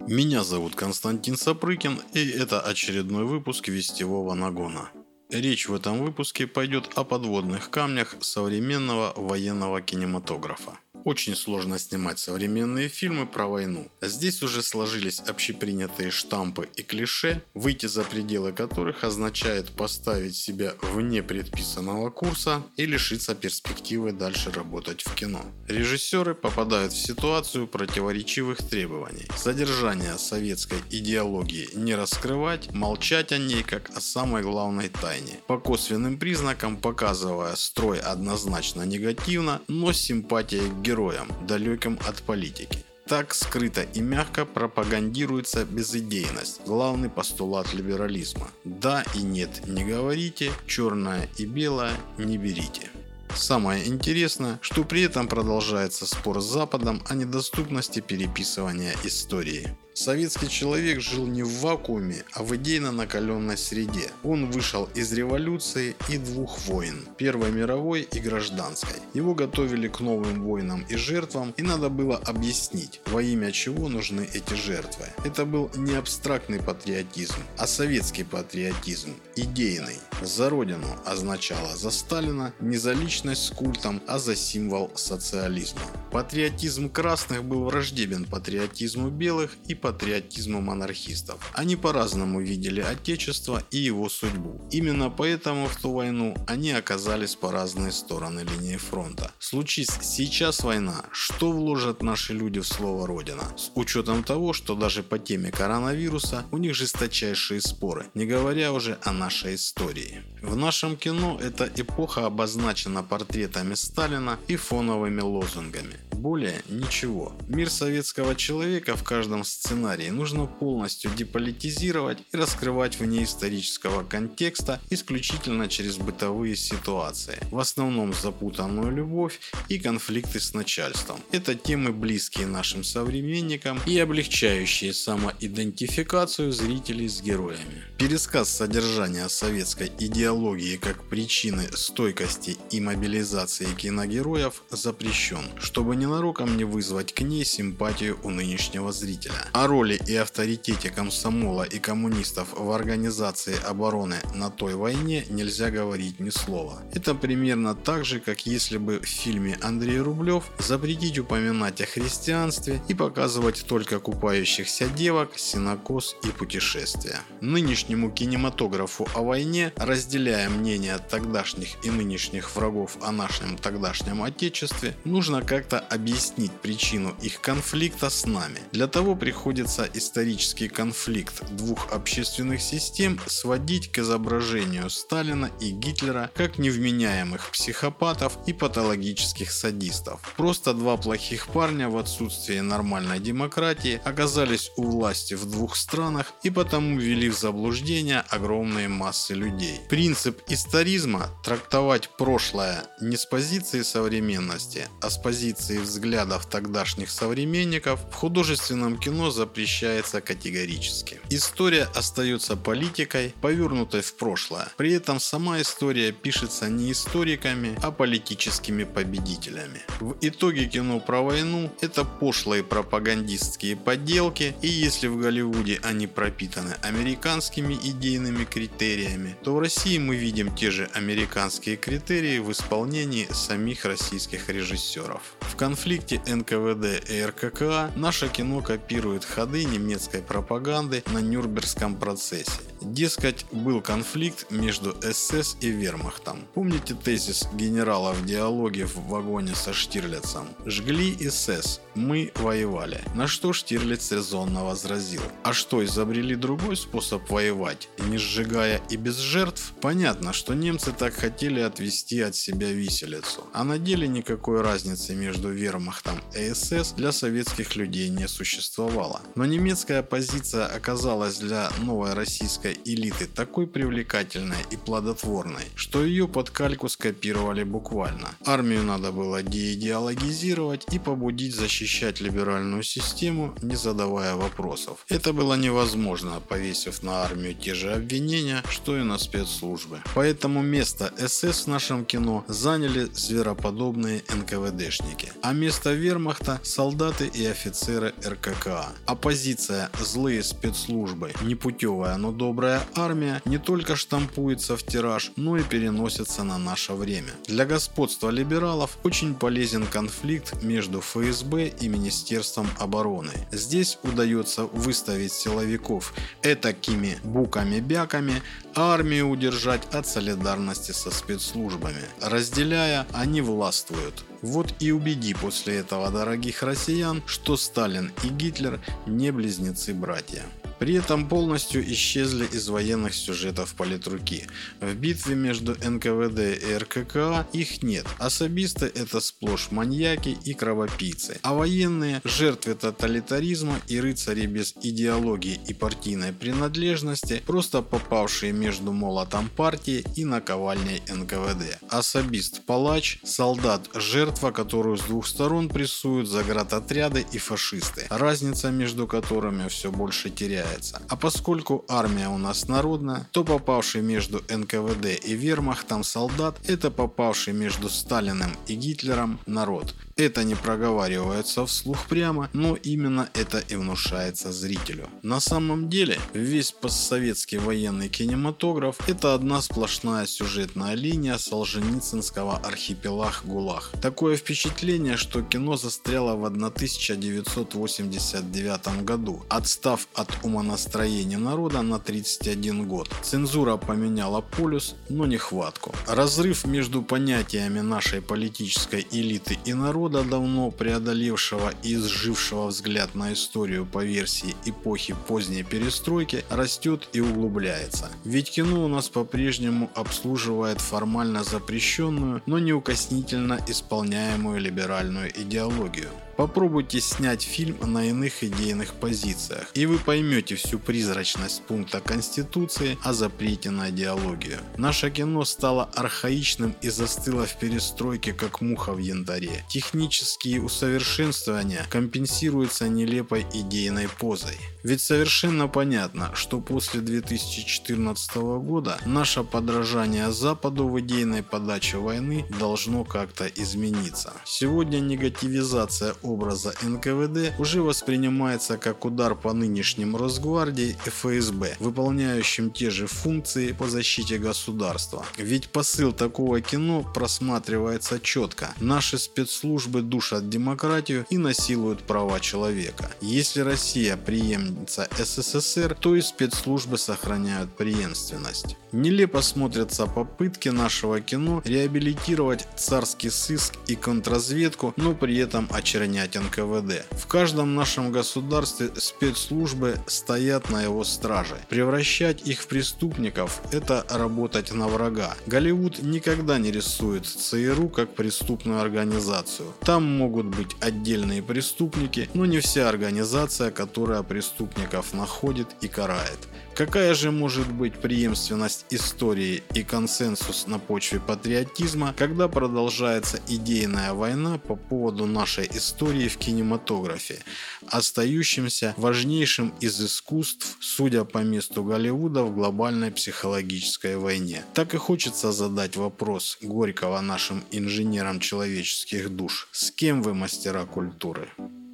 Меня зовут Константин Сапрыкин, и это очередной выпуск Вестевого Нагона. Речь в этом выпуске пойдет о подводных камнях современного военного кинематографа. Очень сложно снимать современные фильмы про войну. Здесь уже сложились общепринятые штампы и клише, выйти за пределы которых означает поставить себя вне предписанного курса и лишиться перспективы дальше работать в кино. Режиссеры попадают в ситуацию противоречивых требований. Содержание советской идеологии не раскрывать, молчать о ней как о самой главной тайне. По косвенным признакам показывая строй однозначно негативно, но с симпатией к героям, далеким от политики. Так скрыто и мягко пропагандируется безидейность, главный постулат либерализма. Да и нет не говорите, черное и белое не берите. Самое интересное, что при этом продолжается спор с Западом о недоступности переписывания истории. Советский человек жил не в вакууме, а в идейно накаленной среде. Он вышел из революции и двух войн – Первой мировой и гражданской. Его готовили к новым войнам и жертвам, и надо было объяснить, во имя чего нужны эти жертвы. Это был не абстрактный патриотизм, а советский патриотизм, идейный. За родину означало за Сталина, не за личность с культом, а за символ социализма. Патриотизм красных был враждебен патриотизму белых и патриотизму монархистов. Они по-разному видели Отечество и его судьбу. Именно поэтому в ту войну они оказались по разные стороны линии фронта. Случись сейчас война, что вложат наши люди в слово «Родина»? С учетом того, что даже по теме коронавируса у них жесточайшие споры, не говоря уже о нашей истории. В нашем кино эта эпоха обозначена портретами Сталина и фоновыми лозунгами. Более ничего. Мир советского человека в каждом сценарии нужно полностью деполитизировать и раскрывать вне исторического контекста исключительно через бытовые ситуации. В основном запутанную любовь и конфликты с начальством. Это темы, близкие нашим современникам и облегчающие самоидентификацию зрителей с героями. Пересказ содержания советской идеологии как причины стойкости и мобилизации киногероев запрещен, чтобы ненароком не вызвать к ней симпатию у нынешнего зрителя. О роли и авторитете комсомола и коммунистов в организации обороны на той войне нельзя говорить ни слова. Это примерно так же, как если бы в фильме Андрей Рублев запретить упоминать о христианстве и показывать только купающихся девок, сенокос и путешествия. Нынешнему кинематографу о войне, разделяя мнения тогдашних и нынешних врагов о нашем тогдашнем Отечестве, нужно как-то объяснить причину их конфликта с нами. Для того приходится исторический конфликт двух общественных систем сводить к изображению Сталина и Гитлера как невменяемых психопатов и патологических садистов. Просто два плохих парня в отсутствии нормальной демократии оказались у власти в двух странах и потому ввели в заблуждение огромные массы людей. Принцип историзма – трактовать прошлое не с позиции современности, а с позиции взглядов тогдашних современников в художественном кино запрещается категорически. История остается политикой, повернутой в прошлое. При этом сама история пишется не историками, а политическими победителями. В итоге кино про войну – это пошлые пропагандистские подделки, и если в Голливуде они пропитаны американскими идейными критериями, то в России мы видим те же американские критерии в исполнении самих российских режиссеров. В конфликте НКВД и РККА наше кино копирует ходы немецкой пропаганды на Нюрнбергском процессе. Дескать, был конфликт между СС и Вермахтом. Помните тезис генерала в диалоге в вагоне со Штирлицем? «Жгли СС, мы воевали». На что Штирлиц резонно возразил: а что, изобрели другой способ воевать, не сжигая и без жертв? Понятно, что немцы так хотели отвести от себя виселицу, а на деле никакой разницы между Вермахтом и СС для советских людей не существовало. Но немецкая позиция оказалась для новой российской политической элиты такой привлекательной и плодотворной, что ее под кальку скопировали буквально. Армию надо было деидеологизировать и побудить защищать либеральную систему, не задавая вопросов. Это было невозможно, повесив на армию те же обвинения, что и на спецслужбы. Поэтому место СС в нашем кино заняли звероподобные НКВДшники, а место вермахта – солдаты и офицеры РККА. Оппозиция «злые спецслужбы», непутевая, но добрая армия не только штампуется в тираж, но и переносится на наше время. Для господства либералов очень полезен конфликт между ФСБ и Министерством обороны. Здесь удается выставить силовиков этакими буками-бяками, а армию удержать от солидарности со спецслужбами. Разделяя, они властвуют. Вот и убеди после этого дорогих россиян, что Сталин и Гитлер не близнецы-братья. При этом полностью исчезли из военных сюжетов политруки. В битве между НКВД и РККА их нет. Особисты – это сплошь маньяки и кровопийцы. А военные – жертвы тоталитаризма и рыцари без идеологии и партийной принадлежности, просто попавшие между молотом партии и наковальней НКВД. Особист – палач, солдат – жертва, которую с двух сторон прессуют заградотряды и фашисты, разница между которыми все больше теряется. А поскольку армия у нас народная, то попавший между НКВД и вермахтом солдат – это попавший между Сталиным и Гитлером народ. Это не проговаривается вслух прямо, но именно это и внушается зрителю. На самом деле, весь постсоветский военный кинематограф – это одна сплошная сюжетная линия солженицынского архипелаг ГУЛАГ. Такое впечатление, что кино застряло в 1989 году, отстав от умонастроения народа на 31 год. Цензура поменяла полюс, но не хватку. Разрыв между понятиями нашей политической элиты и народа, давно преодолевшего и изжившего взгляд на историю по версии эпохи поздней перестройки, растет и углубляется. Ведь кино у нас по-прежнему обслуживает формально запрещенную, но неукоснительно исполняемую либеральную идеологию. Попробуйте снять фильм на иных идейных позициях, и вы поймете всю призрачность пункта Конституции о запрете на идеологию. Наше кино стало архаичным и застыло в перестройке, как муха в янтаре. Технические усовершенствования компенсируются нелепой идейной позой. Ведь совершенно понятно, что после 2014 года наше подражание Западу в идейной подаче войны должно как-то измениться. Сегодня негативизация образа НКВД уже воспринимается как удар по нынешним Росгвардии и ФСБ, выполняющим те же функции по защите государства. Ведь посыл такого кино просматривается четко. Наши спецслужбы душат демократию и насилуют права человека. Если Россия преемница СССР, то и спецслужбы сохраняют преемственность. Нелепо смотрятся попытки нашего кино реабилитировать царский сыск и контрразведку, но при этом очернять НКВД. В каждом нашем государстве спецслужбы стоят на его страже. Превращать их в преступников – это работать на врага. Голливуд никогда не рисует ЦРУ как преступную организацию. Там могут быть отдельные преступники, но не вся организация, которая преступников находит и карает. Какая же может быть преемственность истории и консенсус на почве патриотизма, когда продолжается идейная война по поводу нашей истории в кинематографе, остающимся важнейшим из искусств, судя по месту Голливуда в глобальной психологической войне? Так и хочется задать вопрос Горького нашим инженерам человеческих душ: с кем вы, мастера культуры?